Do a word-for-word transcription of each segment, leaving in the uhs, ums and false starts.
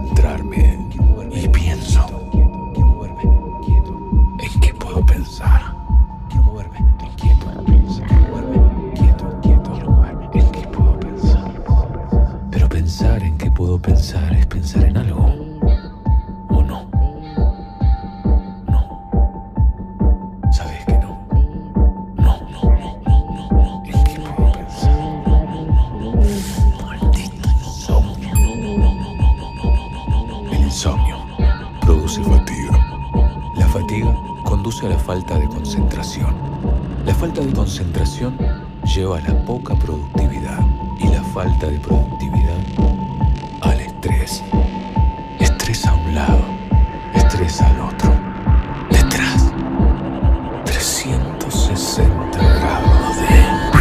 concentrarme y pienso. ¿En qué puedo pensar? Quieto, quieto, quieto. ¿En qué puedo pensar? Pero pensar en qué puedo pensar es pensar en algo. ¿O no? No. ¿Sabes que no? No, no, no, no, no, no. ¿En qué puedo pensar? Maldito insomnio. El insomnio produce fatiga. La fatiga conduce a la falta de concentración. La falta de concentración lleva a la poca productividad y la falta de productividad al estrés. Estrés a un lado, estrés al otro. Detrás, trescientos sesenta grados de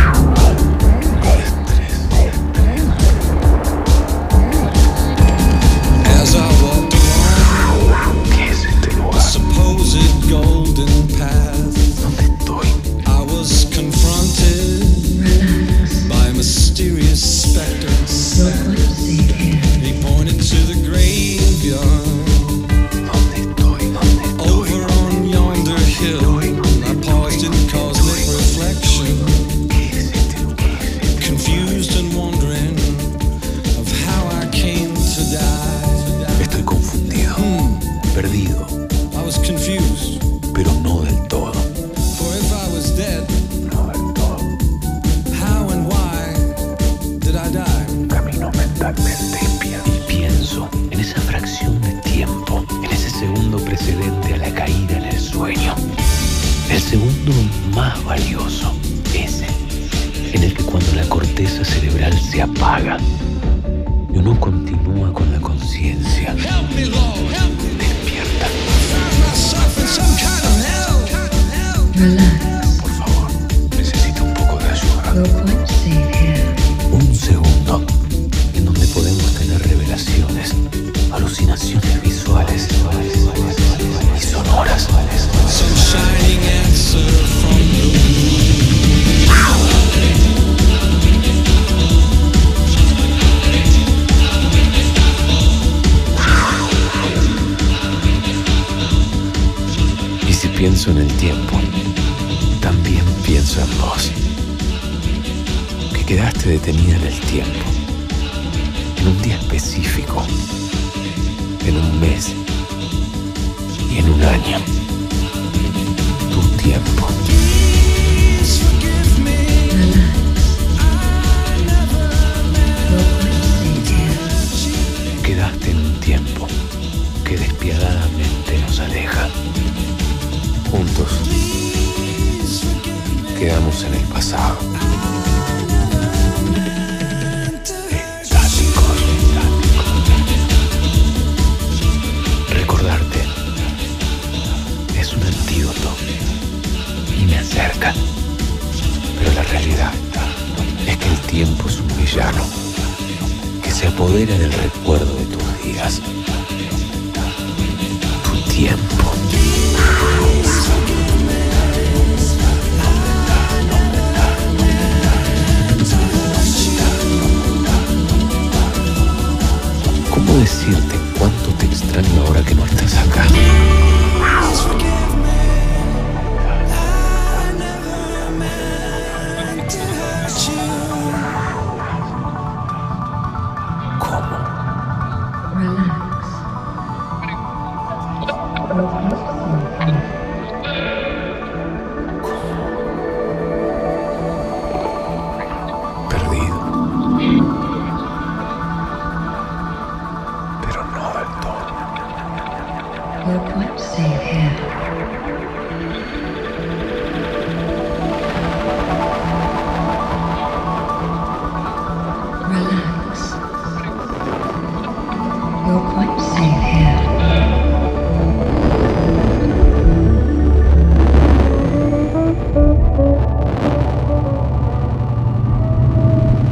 estrés. As I walked along ¿Qué es este the lugar? supposed golden path, ¿Dónde estoy? I was confronted by a mysterious specter. He pointed to the graveyard ¿Dónde estoy? ¿Dónde estoy? over on yonder hill. I paused in cosmic reflection, ¿Qué es este lugar? confused and wondering of how I came to die. Estoy confundido, perdido, I was confused, pero no del todo. for if I was dead, No del todo. how and why did I die? Camino mentalmente y pi- y pienso en esa fracción de tiempo, en ese segundo precedente a la caída en el sueño. El segundo más valioso, ese, en el que cuando la corteza cerebral se apaga y uno continúa con la conciencia Help me, Lord, help me. despierta. Find myself in some kind of hell. Relax. Por favor, necesito un poco de ayuda. You're quite safe here. Un segundo en donde podemos tener revelaciones, alucinaciones visuales y sonoras. Some shining answer from the Y si pienso en el tiempo, también pienso en vos, que quedaste detenida en el tiempo, en un día específico, en un mes y en un año. Tu tiempo. Please forgive me. Relax. You're quite safe here. Quedaste en un tiempo que despiadadamente nos aleja. Juntos quedamos en el pasado. Estáticos, estáticos. Recordarte es un antídoto y me acerca. Pero la realidad es que el tiempo es un villano que se apodera del recuerdo de tus días. Tu tiempo. ¿Cómo decirte cuánto te extraño ahora que no estás acá?